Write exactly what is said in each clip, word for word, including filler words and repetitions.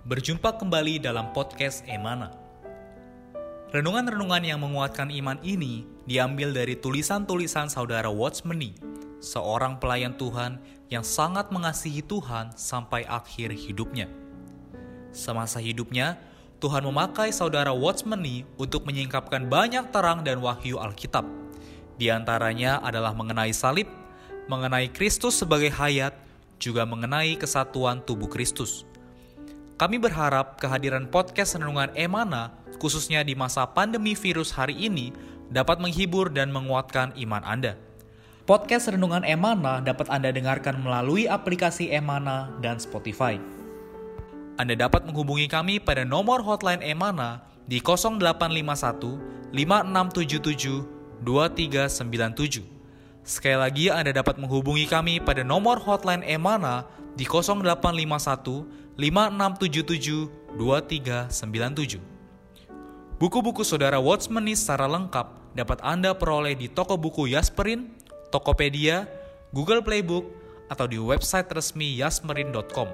Berjumpa kembali dalam podcast Emana. Renungan-renungan yang menguatkan iman ini diambil dari tulisan-tulisan saudara Watchmeni, seorang pelayan Tuhan yang sangat mengasihi Tuhan sampai akhir hidupnya. Semasa hidupnya, Tuhan memakai saudara Watchmeni untuk menyingkapkan banyak terang dan wahyu Alkitab. Di antaranya adalah mengenai salib, mengenai Kristus sebagai hayat, juga mengenai kesatuan tubuh Kristus. Kami berharap kehadiran podcast Renungan Emana, khususnya di masa pandemi virus hari ini, dapat menghibur dan menguatkan iman Anda. Podcast Renungan Emana dapat Anda dengarkan melalui aplikasi Emana dan Spotify. Anda dapat menghubungi kami pada nomor hotline Emana di nol delapan lima satu lima enam tujuh tujuh dua tiga sembilan tujuh. Sekali lagi Anda dapat menghubungi kami pada nomor hotline Emana di nol delapan lima satu lima enam tujuh tujuh dua tiga sembilan tujuh. Buku-buku saudara Watchmeni secara lengkap dapat Anda peroleh di toko buku Yasmerin, Tokopedia, Google Playbook, atau di website resmi yasmerin dot com.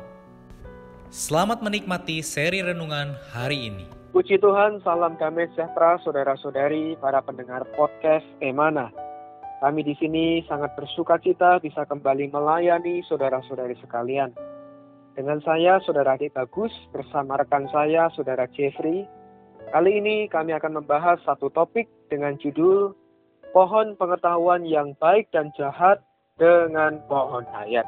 Selamat menikmati seri renungan hari ini. Puji Tuhan, salam damai sejahtera saudara-saudari para pendengar podcast Emana. Kami di sini sangat bersuka cita bisa kembali melayani saudara-saudari sekalian. Dengan saya, Saudara Adik Bagus, bersama rekan saya, Saudara Jeffrey. Kali ini kami akan membahas satu topik dengan judul Pohon Pengetahuan yang Baik dan Jahat dengan Pohon Hayat.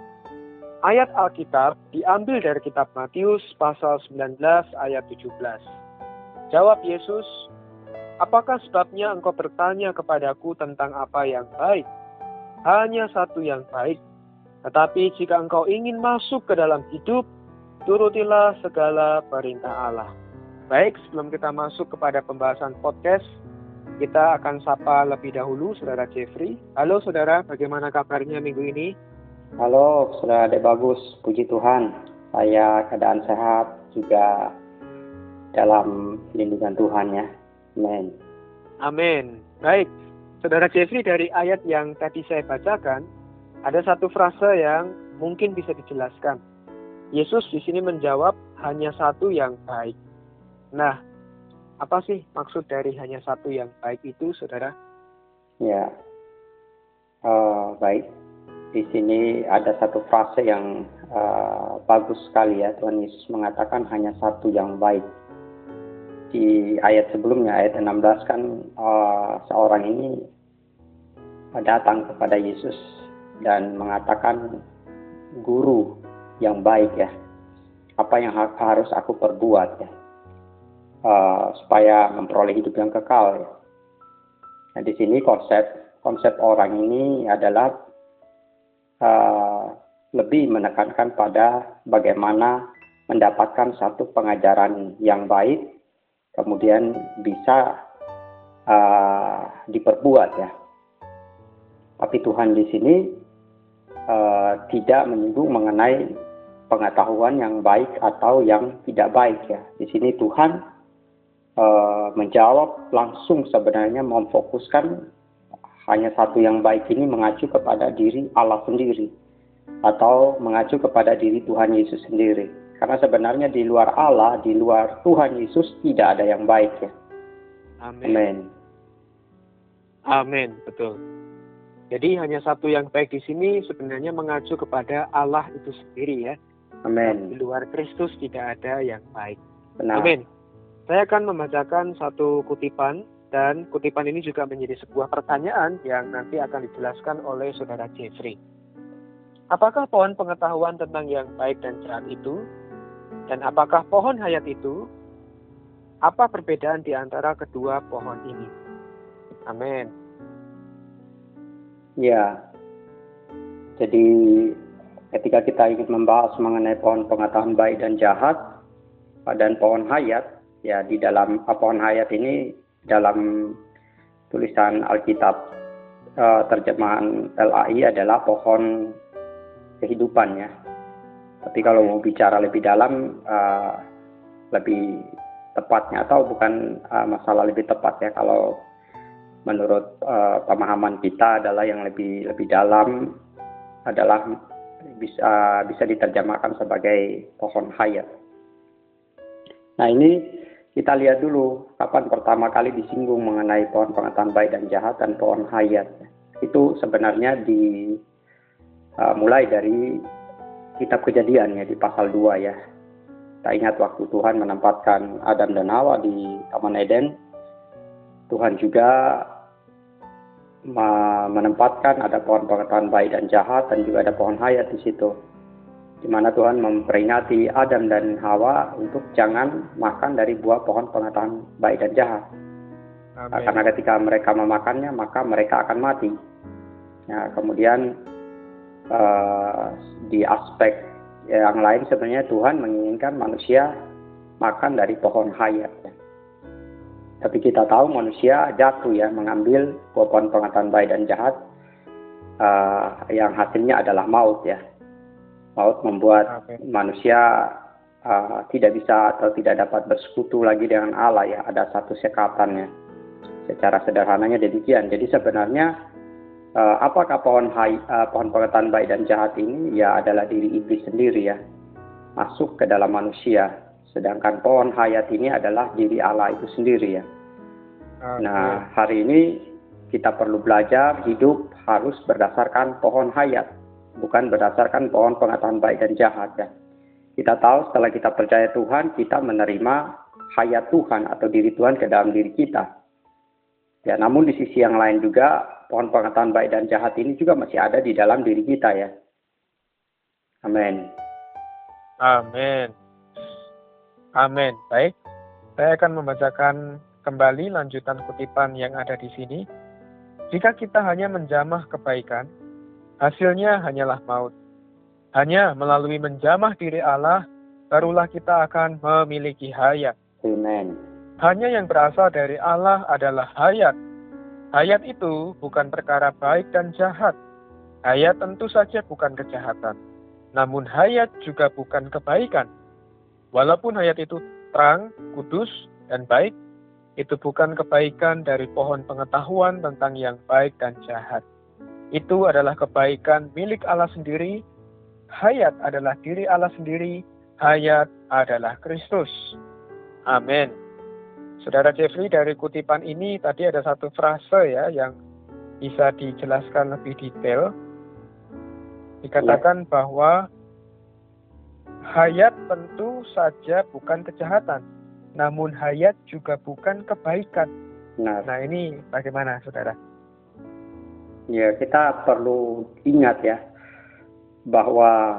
Ayat Alkitab diambil dari kitab Matius pasal sembilan belas ayat tujuh belas. Jawab Yesus, "Apakah sebabnya engkau bertanya kepadaku tentang apa yang baik? Hanya satu yang baik. Tetapi jika engkau ingin masuk ke dalam hidup, turutilah segala perintah Allah." Baik, sebelum kita masuk kepada pembahasan podcast, kita akan sapa lebih dahulu Saudara Jeffrey. Halo Saudara, bagaimana kabarnya minggu ini? Halo Saudara Adik Bagus, puji Tuhan. Saya keadaan sehat juga dalam lindungan Tuhan ya. Amin. Amin. Baik, Saudara Jeffrey, dari ayat yang tadi saya bacakan, ada satu frase yang mungkin bisa dijelaskan. Yesus di sini menjawab hanya satu yang baik. Nah, apa sih maksud dari hanya satu yang baik itu, Saudara? Ya, uh, baik. Di sini ada satu frase yang uh, bagus sekali ya. Tuhan Yesus mengatakan hanya satu yang baik. Di ayat sebelumnya, ayat enam belas kan uh, seorang ini datang kepada Yesus dan mengatakan, "Guru yang baik ya, apa yang ha- harus aku perbuat ya, uh, supaya memperoleh hidup yang kekal ya." Nah di sini konsep konsep orang ini adalah uh, lebih menekankan pada bagaimana mendapatkan satu pengajaran yang baik, kemudian bisa uh, diperbuat ya. Tapi Tuhan di sini Uh, tidak menyinggung mengenai pengetahuan yang baik atau yang tidak baik ya. Di sini Tuhan uh, menjawab langsung, sebenarnya memfokuskan hanya satu yang baik ini mengacu kepada diri Allah sendiri atau mengacu kepada diri Tuhan Yesus sendiri. Karena sebenarnya di luar Allah, di luar Tuhan Yesus tidak ada yang baik ya. Amin. Amin. Amin, betul. Jadi hanya satu yang baik di sini sebenarnya mengacu kepada Allah itu sendiri ya. Amin. Di luar Kristus tidak ada yang baik. Benar. Amin. Saya akan membacakan satu kutipan, dan kutipan ini juga menjadi sebuah pertanyaan yang nanti akan dijelaskan oleh Saudara Jeffrey. Apakah pohon pengetahuan tentang yang baik dan jahat itu? Dan apakah pohon hayat itu? Apa perbedaan di antara kedua pohon ini? Amin. Ya, jadi ketika kita ingin membahas mengenai pohon pengetahuan baik dan jahat dan pohon hayat, ya di dalam pohon hayat ini dalam tulisan Alkitab uh, terjemahan L A I adalah pohon kehidupan ya. Tapi kalau mau bicara lebih dalam, uh, lebih tepatnya atau bukan uh, masalah lebih tepat ya, kalau menurut uh, pemahaman kita adalah yang lebih lebih dalam adalah bisa bisa diterjemahkan sebagai pohon hayat. Nah ini kita lihat dulu kapan pertama kali disinggung mengenai pohon pengetahuan baik dan jahat dan pohon hayat. Itu sebenarnya di uh, mulai dari kitab Kejadian ya, di pasal dua ya. Kita ingat waktu Tuhan menempatkan Adam dan Hawa di Taman Eden, Tuhan juga menempatkan ada pohon pengetahuan baik dan jahat dan juga ada pohon hayat di situ, di mana Tuhan memperingati Adam dan Hawa untuk jangan makan dari buah pohon pengetahuan baik dan jahat. Amen. Karena ketika mereka memakannya maka mereka akan mati. Nah, kemudian uh, di aspek yang lain sebenarnya Tuhan menginginkan manusia makan dari pohon hayat. Tapi kita tahu manusia jatuh ya, mengambil buah pohon pengetahuan baik dan jahat, uh, yang hasilnya adalah maut ya. Maut membuat okay. manusia uh, tidak bisa atau tidak dapat bersekutu lagi dengan Allah ya. Ada satu sekatannya. Secara sederhananya demikian. Jadi sebenarnya uh, apakah pohon hay, uh, pohon pengetahuan baik dan jahat ini ya adalah diri iblis sendiri ya, masuk ke dalam manusia. Sedangkan pohon hayat ini adalah diri Allah itu sendiri ya. Okay. Nah, hari ini kita perlu belajar hidup harus berdasarkan pohon hayat, bukan berdasarkan pohon pengetahuan baik dan jahat ya. Kita tahu setelah kita percaya Tuhan, kita menerima hayat Tuhan atau diri Tuhan ke dalam diri kita. Ya, namun di sisi yang lain juga pohon pengetahuan baik dan jahat ini juga masih ada di dalam diri kita ya. Amin. Amin. Amin. Baik, saya akan membacakan kembali lanjutan kutipan yang ada di sini. Jika kita hanya menjamah kebaikan, hasilnya hanyalah maut. Hanya melalui menjamah diri Allah, barulah kita akan memiliki hayat. Amen. Hanya yang berasal dari Allah adalah hayat. Hayat itu bukan perkara baik dan jahat. Hayat tentu saja bukan kejahatan. Namun hayat juga bukan kebaikan. Walaupun hayat itu terang, kudus, dan baik, itu bukan kebaikan dari pohon pengetahuan tentang yang baik dan jahat. Itu adalah kebaikan milik Allah sendiri. Hayat adalah diri Allah sendiri. Hayat adalah Kristus. Amin. Saudara Jeffrey, dari kutipan ini tadi ada satu frase ya yang bisa dijelaskan lebih detail. Dikatakan ya. bahwa hayat tentu saja bukan kejahatan, namun hayat juga bukan kebaikan. Nah, nah ini bagaimana, saudara? Ya, kita perlu ingat ya, bahwa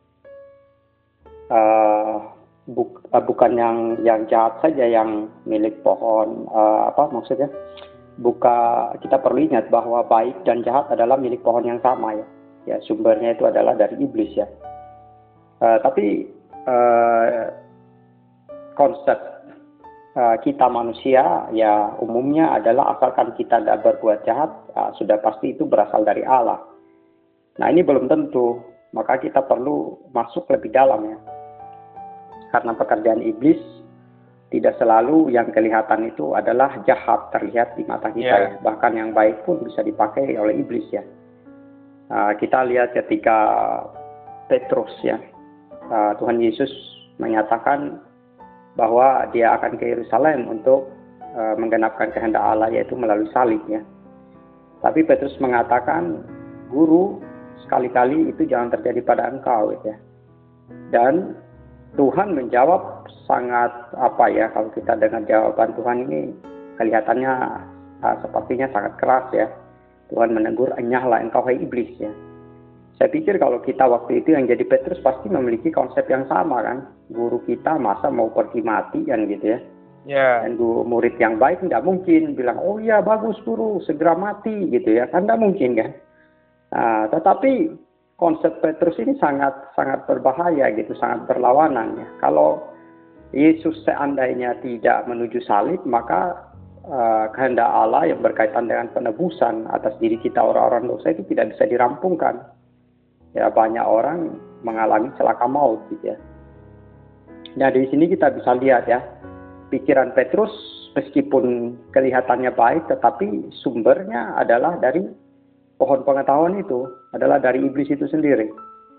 uh, bu, uh, bukan yang yang jahat saja yang milik pohon, uh, apa maksudnya? Buka, kita perlu ingat bahwa baik dan jahat adalah milik pohon yang sama ya. Ya, sumbernya itu adalah dari iblis ya. Uh, tapi uh, konsep uh, kita manusia ya umumnya adalah asalkan kita tidak berbuat jahat, uh, sudah pasti itu berasal dari Allah. Nah ini belum tentu, maka kita perlu masuk lebih dalam ya. Karena pekerjaan iblis tidak selalu yang kelihatan itu adalah jahat terlihat di mata kita yeah. ya. Bahkan yang baik pun bisa dipakai oleh iblis ya. Uh, kita lihat ketika Petrus ya. Uh, Tuhan Yesus menyatakan bahwa dia akan ke Yerusalem untuk uh, menggenapkan kehendak Allah yaitu melalui salib ya. Tapi Petrus mengatakan, "Guru, sekali-kali itu jangan terjadi pada engkau," ya. Dan Tuhan menjawab sangat apa ya, kalau kita dengar jawaban Tuhan ini kelihatannya uh, sepertinya sangat keras ya. Tuhan menegur, "Enyahlah engkau hai iblis," ya. Saya pikir kalau kita waktu itu yang jadi Petrus pasti memiliki konsep yang sama kan. Guru kita masa mau pergi mati kan gitu ya. Yeah. Dan guru murid yang baik tidak mungkin bilang, "Oh iya bagus guru, segera mati," gitu ya. Kan tidak mungkin kan. Nah, tetapi konsep Petrus ini sangat sangat berbahaya gitu, sangat berlawanan ya. Kalau Yesus seandainya tidak menuju salib, maka uh, kehendak Allah yang berkaitan dengan penebusan atas diri kita orang-orang dosa itu tidak bisa dirampungkan. Ya, banyak orang mengalami celaka maut gitu ya. Nah, di sini kita bisa lihat ya, pikiran Petrus meskipun kelihatannya baik, tetapi sumbernya adalah dari pohon pengetahuan itu, adalah dari iblis itu sendiri.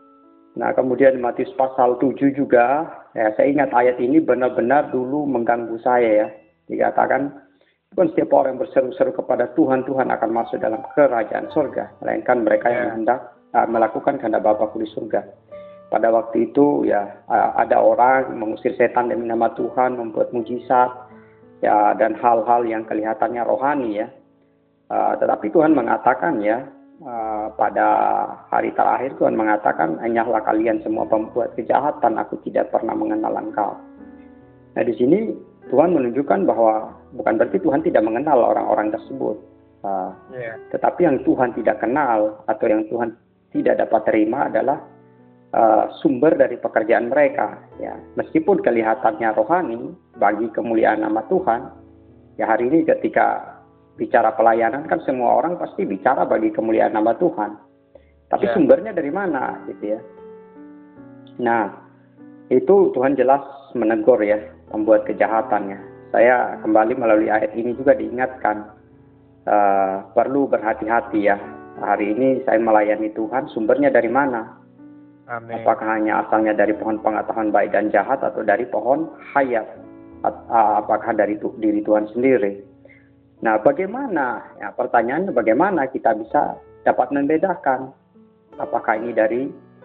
Nah, kemudian Matius pasal tujuh juga, ya, saya ingat ayat ini benar-benar dulu mengganggu saya ya. Dikatakan, bukan setiap orang yang berseru-seru kepada Tuhan, Tuhan akan masuk dalam kerajaan surga. Melainkan mereka yang hendak uh, melakukan kehendak Bapa di surga. Pada waktu itu ya uh, ada orang mengusir setan demi nama Tuhan, membuat mujizat, ya, dan hal-hal yang kelihatannya rohani ya. Uh, tetapi Tuhan mengatakan ya, uh, pada hari terakhir Tuhan mengatakan, hanyalah kalian semua pembuat kejahatan, aku tidak pernah mengenal engkau. Nah, di sini Tuhan menunjukkan bahwa bukan berarti Tuhan tidak mengenal orang-orang tersebut. Uh, yeah. Tetapi yang Tuhan tidak kenal atau yang Tuhan tidak dapat terima adalah uh, sumber dari pekerjaan mereka. Ya, meskipun kelihatannya rohani bagi kemuliaan nama Tuhan, ya hari ini ketika bicara pelayanan kan semua orang pasti bicara bagi kemuliaan nama Tuhan. Tapi yeah. sumbernya dari mana, gitu ya? Nah, itu Tuhan jelas menegur ya pembuat kejahatannya. Saya kembali melalui ayat ini juga diingatkan uh, perlu berhati-hati ya. Hari ini saya melayani Tuhan, sumbernya dari mana? Amin. Apakah hanya asalnya dari pohon pengetahuan baik dan jahat atau dari pohon hayat? Apakah dari tu- diri Tuhan sendiri? Nah, bagaimana? Ya, pertanyaannya bagaimana kita bisa dapat membedakan apakah ini dari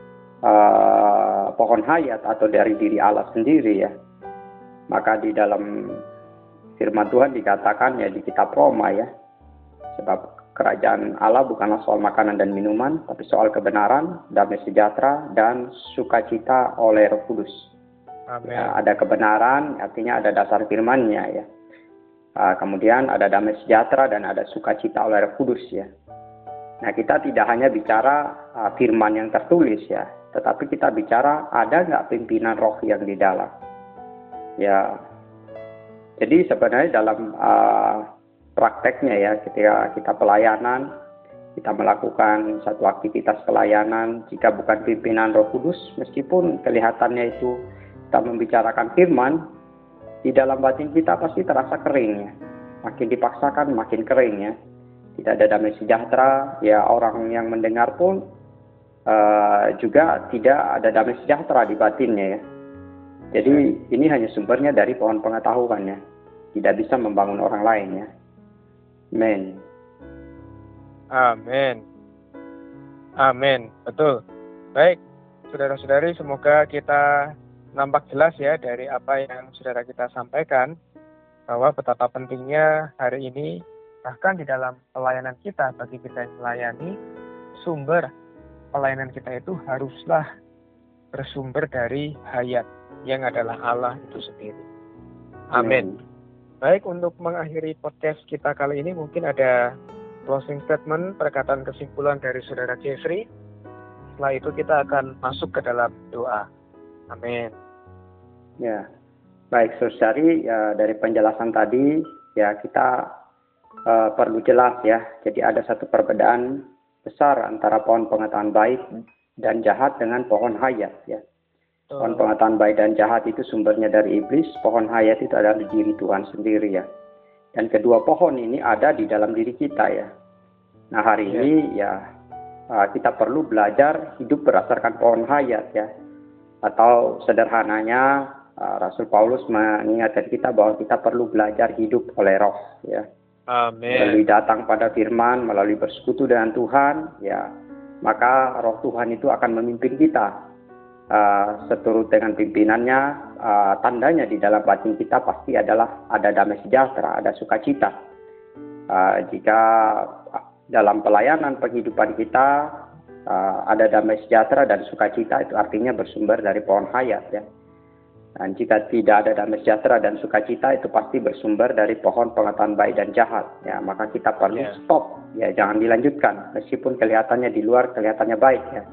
uh, pohon hayat atau dari diri Allah sendiri ya? Maka di dalam firman Tuhan dikatakan ya di kitab Roma ya, sebab kerajaan Allah bukanlah soal makanan dan minuman, tapi soal kebenaran, damai sejahtera, dan sukacita oleh Roh Kudus. Amin. Ya, ada kebenaran, artinya ada dasar firman-Nya ya. Uh, kemudian ada damai sejahtera dan ada sukacita oleh Roh Kudus ya. Nah, kita tidak hanya bicara uh, firman yang tertulis ya, tetapi kita bicara ada nggak pimpinan roh yang di dalam. Ya, jadi sebenarnya dalam uh, prakteknya ya, ketika kita pelayanan, kita melakukan satu aktivitas pelayanan, jika bukan pimpinan Roh Kudus, meskipun kelihatannya itu kita membicarakan firman, di dalam batin kita pasti terasa kering ya. Makin dipaksakan, makin kering ya. Tidak ada damai sejahtera, ya orang yang mendengar pun uh, juga tidak ada damai sejahtera di batinnya ya. Jadi ini hanya sumbernya dari pohon pengetahuan ya. Tidak bisa membangun orang lain ya. Amin. Amin. Amin. Betul. Baik, saudara-saudari, semoga kita nampak jelas ya dari apa yang saudara kita sampaikan, bahwa betapa pentingnya hari ini, bahkan di dalam pelayanan kita, bagi kita yang melayani, sumber pelayanan kita itu haruslah bersumber dari hayat, yang adalah Allah itu sendiri. Amin. Amin. Baik, untuk mengakhiri podcast kita kali ini, mungkin ada closing statement, perkataan kesimpulan dari saudara Jeffrey. Setelah itu kita akan masuk ke dalam doa. Amin. Ya, baik saudari, ya, dari penjelasan tadi, ya kita uh, perlu jelas ya. Jadi ada satu perbedaan besar antara pohon pengetahuan baik dan jahat dengan pohon hayat ya. Pohon pengetahuan baik dan jahat itu sumbernya dari iblis, pohon hayat itu adalah diri Tuhan sendiri ya. Dan kedua pohon ini ada di dalam diri kita ya. Nah hari ya. ini ya kita perlu belajar hidup berdasarkan pohon hayat ya. Atau sederhananya Rasul Paulus mengingatkan kita bahwa kita perlu belajar hidup oleh roh ya. Amin. Melalui datang pada firman, melalui bersekutu dengan Tuhan ya. Maka roh Tuhan itu akan memimpin kita. Uh, seturut dengan pimpinannya, uh, tandanya di dalam batin kita pasti adalah ada damai sejahtera, ada sukacita. Uh, jika dalam pelayanan penghidupan kita uh, ada damai sejahtera dan sukacita, itu artinya bersumber dari pohon hayat ya. Dan jika tidak ada damai sejahtera dan sukacita, itu pasti bersumber dari pohon pengetahuan baik dan jahat. Ya, maka kita perlu yeah. stop, ya jangan dilanjutkan, meskipun kelihatannya di luar kelihatannya baik ya.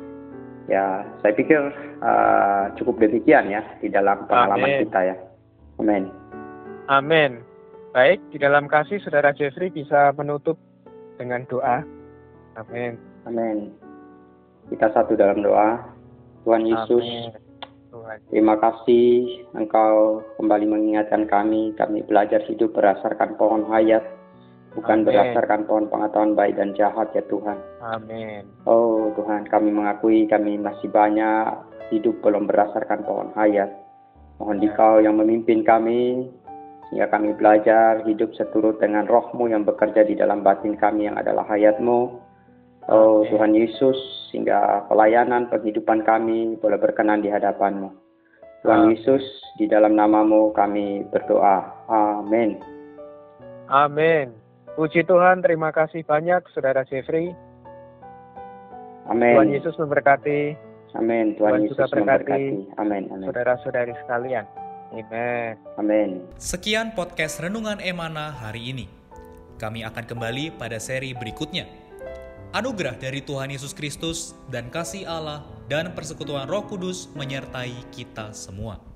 Ya, saya pikir uh, cukup demikian ya di dalam pengalaman Amin. kita ya. Amin. Amin. Baik, di dalam kasih saudara Jeffrey bisa menutup dengan doa. Amin. Amin. Kita satu dalam doa. Tuhan Yesus, Tuhan. Terima kasih Engkau kembali mengingatkan kami, kami belajar hidup berdasarkan pohon hayat. bukan Amin. berdasarkan pohon pengetahuan baik dan jahat ya Tuhan. Amin. Oh Tuhan, kami mengakui kami masih banyak hidup belum berdasarkan pohon hayat. Mohon Dikau yang memimpin kami, sehingga kami belajar hidup seturut dengan roh-Mu yang bekerja di dalam batin kami yang adalah hayat-Mu. Oh Amin. Tuhan Yesus, sehingga pelayanan penghidupan kami boleh berkenan di hadapan-Mu. Tuhan Amin. Yesus, di dalam nama-Mu kami berdoa. Amin. Amin. Puji Tuhan, terima kasih banyak Saudara Jeffrey. Amin. Tuhan Yesus memberkati. Amin. Tuhan, Tuhan Yesus juga berkati memberkati. Amin. Amin. saudara-saudari sekalian. Amin. Amin. Sekian podcast Renungan Emana hari ini. Kami akan kembali pada seri berikutnya. Anugerah dari Tuhan Yesus Kristus dan kasih Allah dan persekutuan Roh Kudus menyertai kita semua.